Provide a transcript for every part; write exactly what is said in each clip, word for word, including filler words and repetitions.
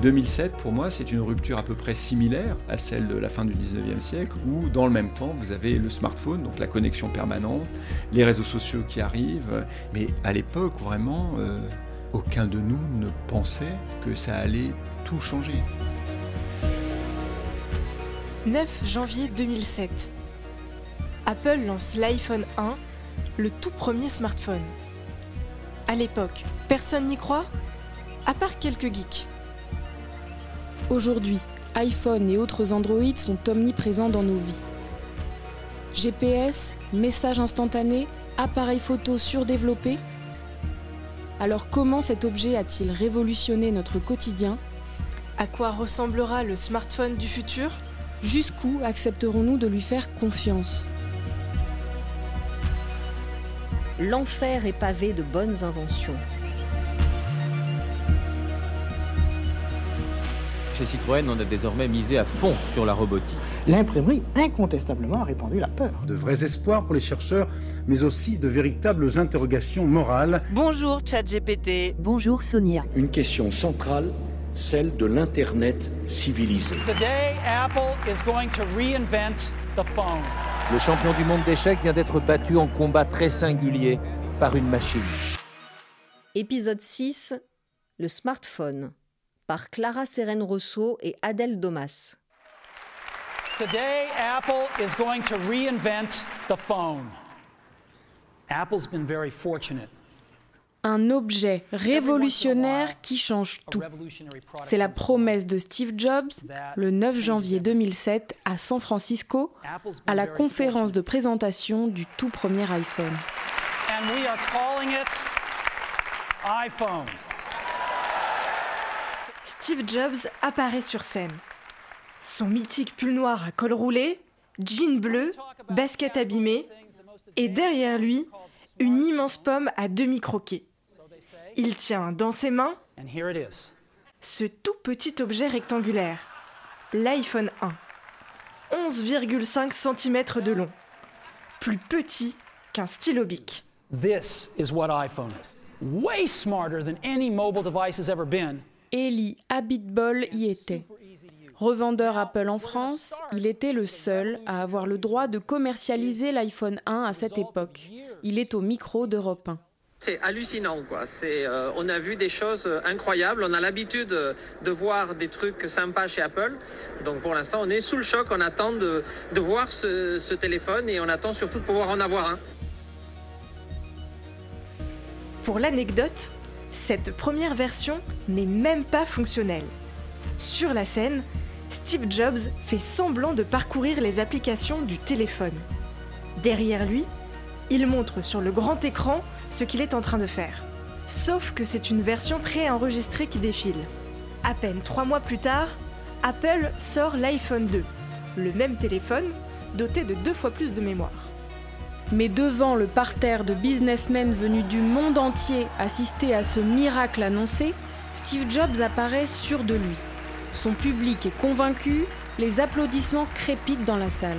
deux mille sept, pour moi, c'est une rupture à peu près similaire à celle de la fin du dix-neuvième siècle, où dans le même temps, vous avez le smartphone, donc la connexion permanente, les réseaux sociaux qui arrivent. Mais à l'époque, vraiment, euh, aucun de nous ne pensait que ça allait tout changer. neuf janvier deux mille sept. Apple lance l'iPhone un, le tout premier smartphone. À l'époque, personne n'y croit, à part quelques geeks. Aujourd'hui, iPhone et autres Android sont omniprésents dans nos vies. G P S, messages instantanés, appareils photo surdéveloppés. Alors comment cet objet a-t-il révolutionné notre quotidien ? À quoi ressemblera le smartphone du futur ? Jusqu'où accepterons-nous de lui faire confiance ? L'enfer est pavé de bonnes inventions. Chez Citroën, on a désormais misé à fond sur la robotique. L'imprimerie, incontestablement, a répandu la peur. De vrais espoirs pour les chercheurs, mais aussi de véritables interrogations morales. Bonjour ChatGPT. Bonjour Sonia. Une question centrale, celle de l'Internet civilisé. Today, Apple is going to reinvent the phone. Le champion du monde d'échecs vient d'être battu en combat très singulier par une machine. Épisode six, le smartphone, par Clara Seren-Rosso et Adèle Domas. Today, Apple is going to reinvent the phone. Apple's been very fortunate. Un objet révolutionnaire qui change tout. C'est la promesse de Steve Jobs le neuf janvier deux mille sept à San Francisco, à la conférence de présentation du tout premier iPhone. And we are calling it iPhone. Steve Jobs apparaît sur scène. Son mythique pull noir à col roulé, jean bleu, basket abîmée, et derrière lui, une immense pomme à demi croquée. Il tient dans ses mains ce tout petit objet rectangulaire, l'iPhone un, onze virgule cinq centimètres de long, plus petit qu'un stylo bic. This is what iPhone is. Way smarter than any mobile device has ever been. Eli Abitbol y était. Revendeur Apple en France, il était le seul à avoir le droit de commercialiser l'iPhone un à cette époque. Il est au micro d'Europe un. C'est hallucinant, quoi. C'est, euh, on a vu des choses incroyables. On a l'habitude de, de voir des trucs sympas chez Apple. Donc pour l'instant, on est sous le choc. On attend de, de voir ce, ce téléphone et on attend surtout de pouvoir en avoir un. Pour l'anecdote, cette première version n'est même pas fonctionnelle. Sur la scène, Steve Jobs fait semblant de parcourir les applications du téléphone. Derrière lui, il montre sur le grand écran ce qu'il est en train de faire. Sauf que c'est une version préenregistrée qui défile. À peine trois mois plus tard, Apple sort l'iPhone deux, le même téléphone doté de deux fois plus de mémoire. Mais devant le parterre de businessmen venus du monde entier assister à ce miracle annoncé, Steve Jobs apparaît sûr de lui. Son public est convaincu, les applaudissements crépitent dans la salle.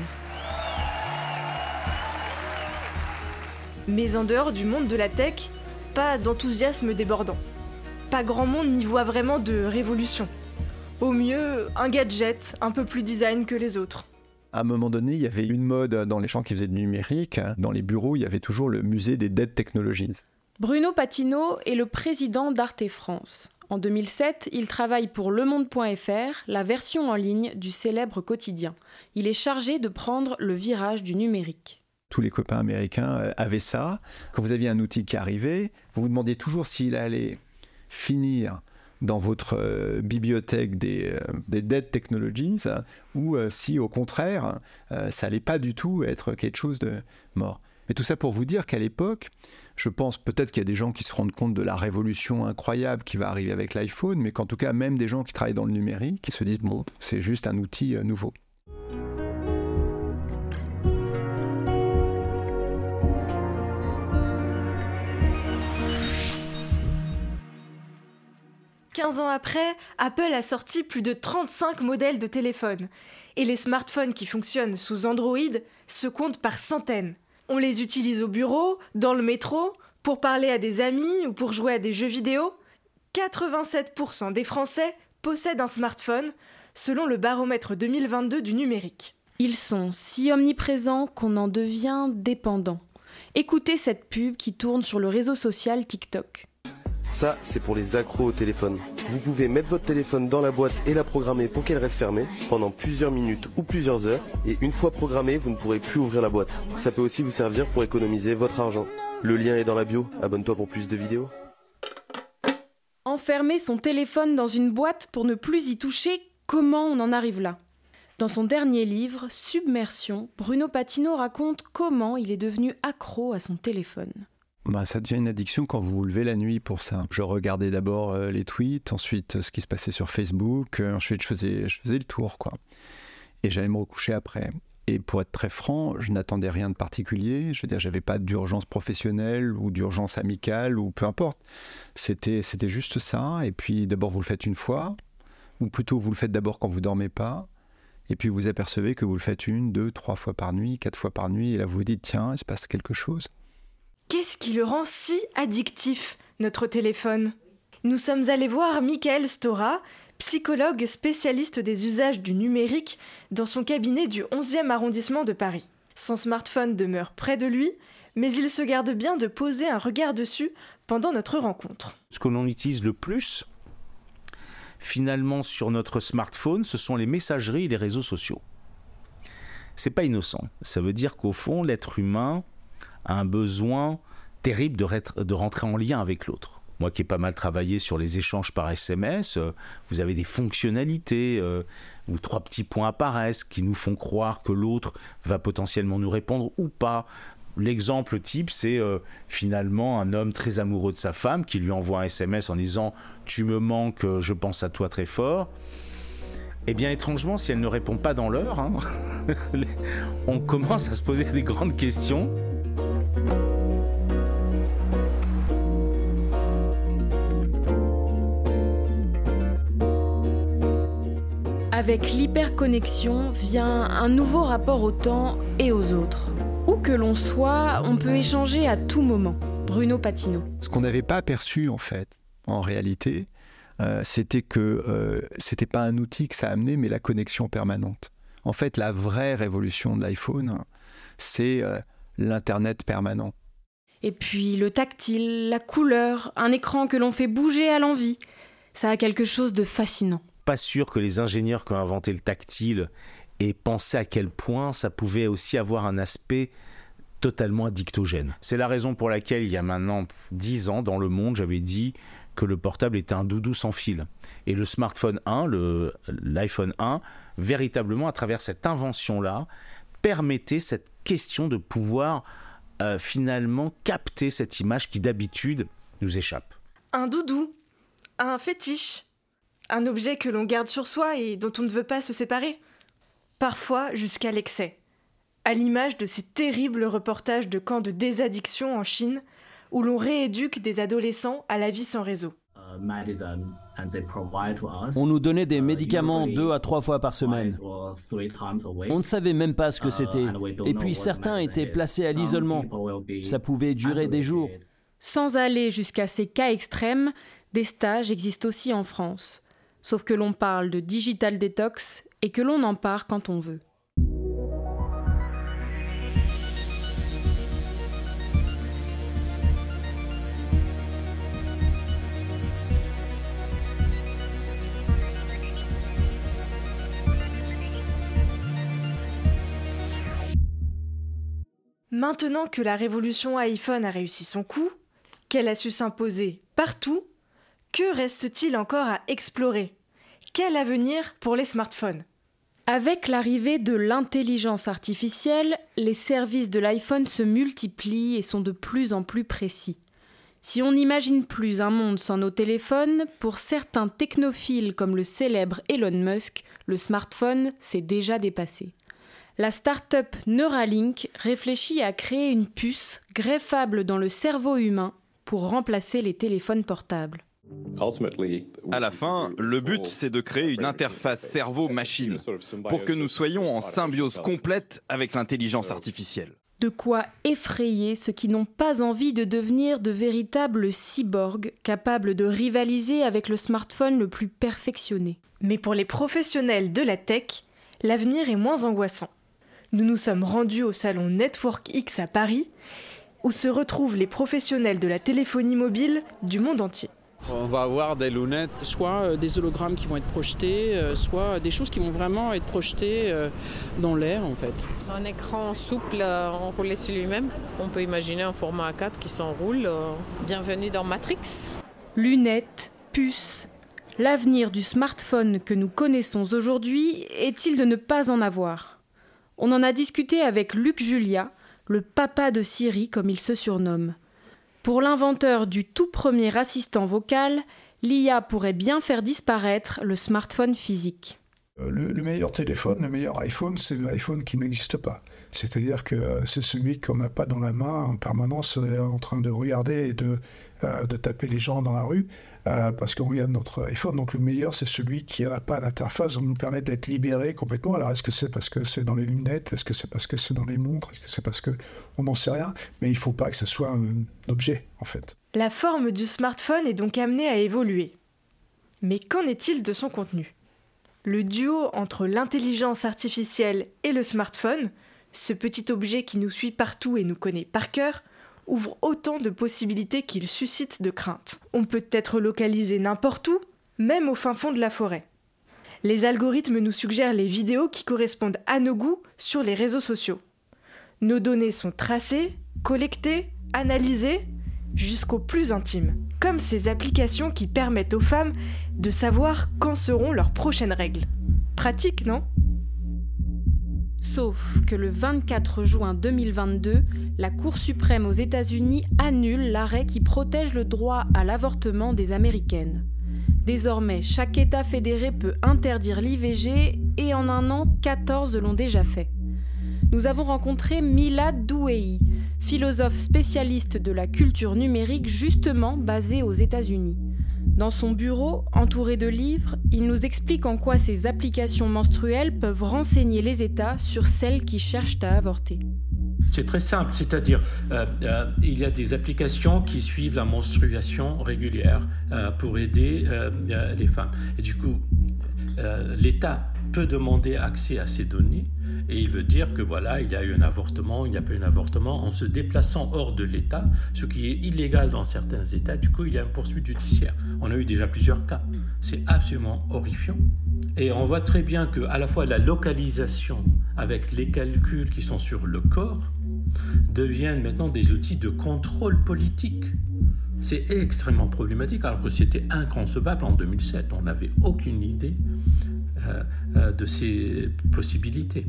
Mais en dehors du monde de la tech, pas d'enthousiasme débordant. Pas grand monde n'y voit vraiment de révolution. Au mieux, un gadget un peu plus design que les autres. À un moment donné, il y avait une mode dans les gens qui faisaient du numérique. Dans les bureaux, il y avait toujours le musée des Dead Technologies. Bruno Patino est le président d'Arte France. En deux mille sept, il travaille pour Le Monde point F R, la version en ligne du célèbre quotidien. Il est chargé de prendre le virage du numérique. Tous les copains américains avaient ça. Quand vous aviez un outil qui arrivait, vous vous demandiez toujours s'il allait finir dans votre euh, bibliothèque des, euh, des Dead Technologies ou euh, si au contraire, euh, ça n'allait pas du tout être quelque chose de mort. Mais tout ça pour vous dire qu'à l'époque, je pense peut-être qu'il y a des gens qui se rendent compte de la révolution incroyable qui va arriver avec l'iPhone, mais qu'en tout cas, même des gens qui travaillent dans le numérique, qui se disent, bon, c'est juste un outil euh, nouveau. quinze ans après, Apple a sorti plus de trente-cinq modèles de téléphones. Et les smartphones qui fonctionnent sous Android se comptent par centaines. On les utilise au bureau, dans le métro, pour parler à des amis ou pour jouer à des jeux vidéo. quatre-vingt-sept pour cent des Français possèdent un smartphone, selon le baromètre deux mille vingt-deux du numérique. Ils sont si omniprésents qu'on en devient dépendant. Écoutez cette pub qui tourne sur le réseau social TikTok. Ça, c'est pour les accros au téléphone. Vous pouvez mettre votre téléphone dans la boîte et la programmer pour qu'elle reste fermée pendant plusieurs minutes ou plusieurs heures. Et une fois programmée, vous ne pourrez plus ouvrir la boîte. Ça peut aussi vous servir pour économiser votre argent. Le lien est dans la bio. Abonne-toi pour plus de vidéos. Enfermer son téléphone dans une boîte pour ne plus y toucher, comment on en arrive là ? Dans son dernier livre, Submersion, Bruno Patino raconte comment il est devenu accro à son téléphone. Bah, ça devient une addiction quand vous vous levez la nuit pour ça. Je regardais d'abord euh, les tweets, ensuite euh, ce qui se passait sur Facebook, euh, ensuite je faisais, je faisais le tour, quoi. Et j'allais me recoucher après. Et pour être très franc, je n'attendais rien de particulier. Je veux dire, j'avais pas d'urgence professionnelle ou d'urgence amicale ou peu importe. C'était, c'était juste ça. Et puis d'abord vous le faites une fois, ou plutôt vous le faites d'abord quand vous dormez pas. Et puis vous apercevez que vous le faites une, deux, trois fois par nuit, quatre fois par nuit. Et là vous vous dites, tiens, il se passe quelque chose. Qu'est-ce qui le rend si addictif, notre téléphone ? Nous sommes allés voir Michael Stora, psychologue spécialiste des usages du numérique, dans son cabinet du onzième arrondissement de Paris. Son smartphone demeure près de lui, mais il se garde bien de poser un regard dessus pendant notre rencontre. Ce que l'on utilise le plus, finalement, sur notre smartphone, ce sont les messageries et les réseaux sociaux. C'est pas innocent. Ça veut dire qu'au fond, l'être humain a un besoin terrible de, re- de rentrer en lien avec l'autre. Moi qui ai pas mal travaillé sur les échanges par S M S, euh, vous avez des fonctionnalités euh, où trois petits points apparaissent qui nous font croire que l'autre va potentiellement nous répondre ou pas. L'exemple type, c'est euh, finalement un homme très amoureux de sa femme qui lui envoie un S M S en disant « Tu me manques, je pense à toi très fort ». Eh bien, étrangement, si elle ne répond pas dans l'heure, hein, on commence à se poser des grandes questions. Avec l'hyperconnexion vient un nouveau rapport au temps et aux autres. Où que l'on soit, on peut échanger à tout moment. Bruno Patino. Ce qu'on n'avait pas aperçu, en fait, en réalité, euh, c'était que euh, c'était pas un outil que ça amenait, mais la connexion permanente. En fait, la vraie révolution de l'iPhone, c'est euh, l'Internet permanent. Et puis le tactile, la couleur, un écran que l'on fait bouger à l'envi. Ça a quelque chose de fascinant. Pas sûr que les ingénieurs qui ont inventé le tactile aient pensé à quel point ça pouvait aussi avoir un aspect totalement addictogène. C'est la raison pour laquelle, il y a maintenant dix ans, dans Le Monde, j'avais dit que le portable était un doudou sans fil. Et le smartphone un, le, l'iPhone un, véritablement, à travers cette invention-là, permettait cette question de pouvoir euh, finalement capter cette image qui d'habitude nous échappe. Un doudou, un fétiche, un objet que l'on garde sur soi et dont on ne veut pas se séparer. Parfois jusqu'à l'excès. À l'image de ces terribles reportages de camps de désaddiction en Chine, où l'on rééduque des adolescents à la vie sans réseau. On nous donnait des médicaments deux à trois fois par semaine. On ne savait même pas ce que c'était. Et puis certains étaient placés à l'isolement. Ça pouvait durer des jours. Sans aller jusqu'à ces cas extrêmes, des stages existent aussi en France. Sauf que l'on parle de digital detox et que l'on en part quand on veut. Maintenant que la révolution iPhone a réussi son coup, qu'elle a su s'imposer partout, que reste-t-il encore à explorer ? Quel avenir pour les smartphones ? Avec l'arrivée de l'intelligence artificielle, les services de l'iPhone se multiplient et sont de plus en plus précis. Si on n'imagine plus un monde sans nos téléphones, pour certains technophiles comme le célèbre Elon Musk, le smartphone s'est déjà dépassé. La start-up Neuralink réfléchit à créer une puce greffable dans le cerveau humain pour remplacer les téléphones portables. À la fin, le but, c'est de créer une interface cerveau-machine pour que nous soyons en symbiose complète avec l'intelligence artificielle. De quoi effrayer ceux qui n'ont pas envie de devenir de véritables cyborgs capables de rivaliser avec le smartphone le plus perfectionné. Mais pour les professionnels de la tech, l'avenir est moins angoissant. Nous nous sommes rendus au salon Network X à Paris, où se retrouvent les professionnels de la téléphonie mobile du monde entier. On va avoir des lunettes. Soit des hologrammes qui vont être projetés, soit des choses qui vont vraiment être projetées dans l'air en fait. Un écran souple enroulé sur lui-même. On peut imaginer un format A quatre qui s'enroule. Bienvenue dans Matrix. Lunettes, puces. L'avenir du smartphone que nous connaissons aujourd'hui est-il de ne pas en avoir ? On en a discuté avec Luc Julia, le papa de Siri comme il se surnomme. Pour l'inventeur du tout premier assistant vocal, l'I A pourrait bien faire disparaître le smartphone physique. Le, le meilleur téléphone, le meilleur iPhone, c'est l'iPhone qui n'existe pas. C'est-à-dire que c'est celui qu'on n'a pas dans la main en permanence en train de regarder et de, euh, de taper les gens dans la rue euh, parce qu'on regarde notre iPhone. Donc le meilleur, c'est celui qui n'a pas d'interface, donc nous permet d'être libérés complètement. Alors est-ce que c'est parce que c'est dans les lunettes ? Est-ce que c'est parce que c'est dans les montres ? Est-ce que c'est parce qu'on n'en sait rien ? Mais il ne faut pas que ce soit un objet, en fait. La forme du smartphone est donc amenée à évoluer. Mais qu'en est-il de son contenu ? Le duo entre l'intelligence artificielle et le smartphone, ce petit objet qui nous suit partout et nous connaît par cœur, ouvre autant de possibilités qu'il suscite de craintes. On peut être localisé n'importe où, même au fin fond de la forêt. Les algorithmes nous suggèrent les vidéos qui correspondent à nos goûts sur les réseaux sociaux. Nos données sont tracées, collectées, analysées, jusqu'au plus intime, comme ces applications qui permettent aux femmes de savoir quand seront leurs prochaines règles. Pratique, non ? Sauf que le vingt-quatre juin deux mille vingt-deux, la Cour suprême aux États-Unis annule l'arrêt qui protège le droit à l'avortement des Américaines. Désormais, chaque État fédéré peut interdire l'I V G et en un an, quatorze l'ont déjà fait. Nous avons rencontré Milad Douei, philosophe spécialiste de la culture numérique justement basé aux États-Unis. Dans son bureau, entouré de livres, il nous explique en quoi ces applications menstruelles peuvent renseigner les États sur celles qui cherchent à avorter. C'est très simple, c'est-à-dire euh, euh, il y a des applications qui suivent la menstruation régulière euh, pour aider euh, euh, les femmes. Et du coup, euh, l'État peut demander accès à ces données et il veut dire que voilà, il y a eu un avortement, il n'y a pas eu un avortement en se déplaçant hors de l'État, ce qui est illégal dans certains États. Du coup, il y a une poursuite judiciaire. On a eu déjà plusieurs cas. C'est absolument horrifiant. Et on voit très bien que à la fois la localisation avec les calculs qui sont sur le corps deviennent maintenant des outils de contrôle politique. C'est extrêmement problématique alors que c'était inconcevable en deux mille sept. On n'avait aucune idée euh, euh, de ces possibilités.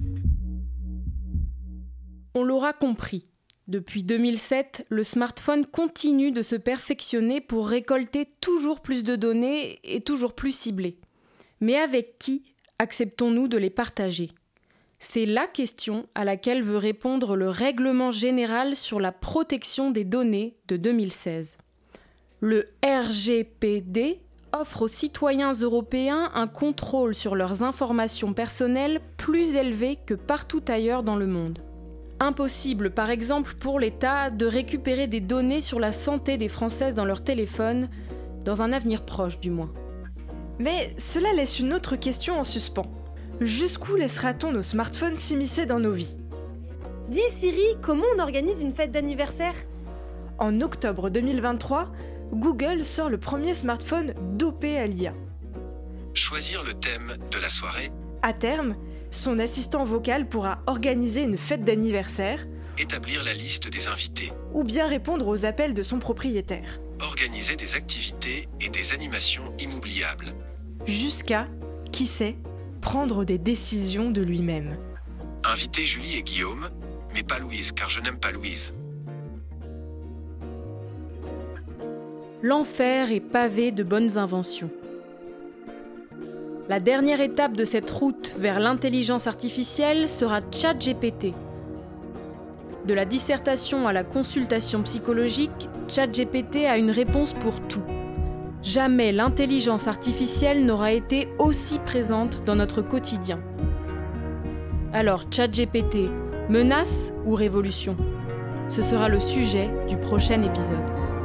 On l'aura compris. Depuis deux mille sept, le smartphone continue de se perfectionner pour récolter toujours plus de données et toujours plus ciblées. Mais avec qui acceptons-nous de les partager ? C'est la question à laquelle veut répondre le Règlement général sur la protection des données de deux mille seize. Le R G P D offre aux citoyens européens un contrôle sur leurs informations personnelles plus élevé que partout ailleurs dans le monde. Impossible, par exemple, pour l'État de récupérer des données sur la santé des Françaises dans leur téléphone, dans un avenir proche du moins. Mais cela laisse une autre question en suspens. Jusqu'où laissera-t-on nos smartphones s'immiscer dans nos vies ? Dis Siri, comment on organise une fête d'anniversaire ? En octobre deux mille vingt-trois, Google sort le premier smartphone dopé à l'I A. Choisir le thème de la soirée. À terme, son assistant vocal pourra organiser une fête d'anniversaire, établir la liste des invités, ou bien répondre aux appels de son propriétaire. Organiser des activités et des animations inoubliables. Jusqu'à, qui sait, prendre des décisions de lui-même. Inviter Julie et Guillaume, mais pas Louise, car je n'aime pas Louise. L'enfer est pavé de bonnes inventions. La dernière étape de cette route vers l'intelligence artificielle sera ChatGPT. De la dissertation à la consultation psychologique, ChatGPT a une réponse pour tout. Jamais l'intelligence artificielle n'aura été aussi présente dans notre quotidien. Alors ChatGPT, Menace ou révolution ? Ce sera le sujet du prochain épisode.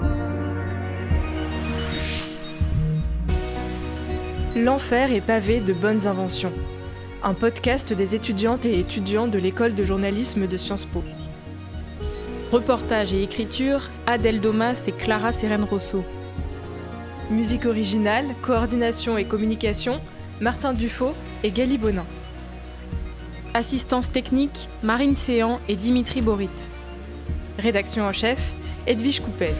L'enfer est pavé de bonnes inventions. Un podcast des étudiantes et étudiants de l'école de journalisme de Sciences Po. Reportage et écriture, Adèle Domas et Clara Sérène-Rousseau. Musique originale, coordination et communication, Martin Dufaux et Gali Bonin. Assistance technique, Marine Séan et Dimitri Borit. Rédaction en chef, Edwige Coupez.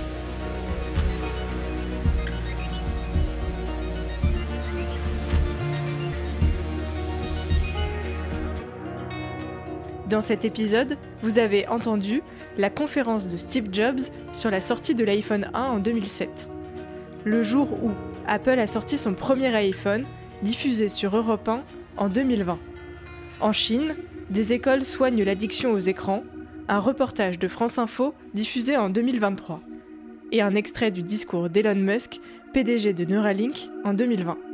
Dans cet épisode, vous avez entendu la conférence de Steve Jobs sur la sortie de l'iPhone un en deux mille sept. Le jour où Apple a sorti son premier iPhone, diffusé sur Europe un en deux mille vingt. En Chine, des écoles soignent l'addiction aux écrans, un reportage de France Info diffusé en deux mille vingt-trois. Et un extrait du discours d'Elon Musk, P D G de Neuralink, en deux mille vingt.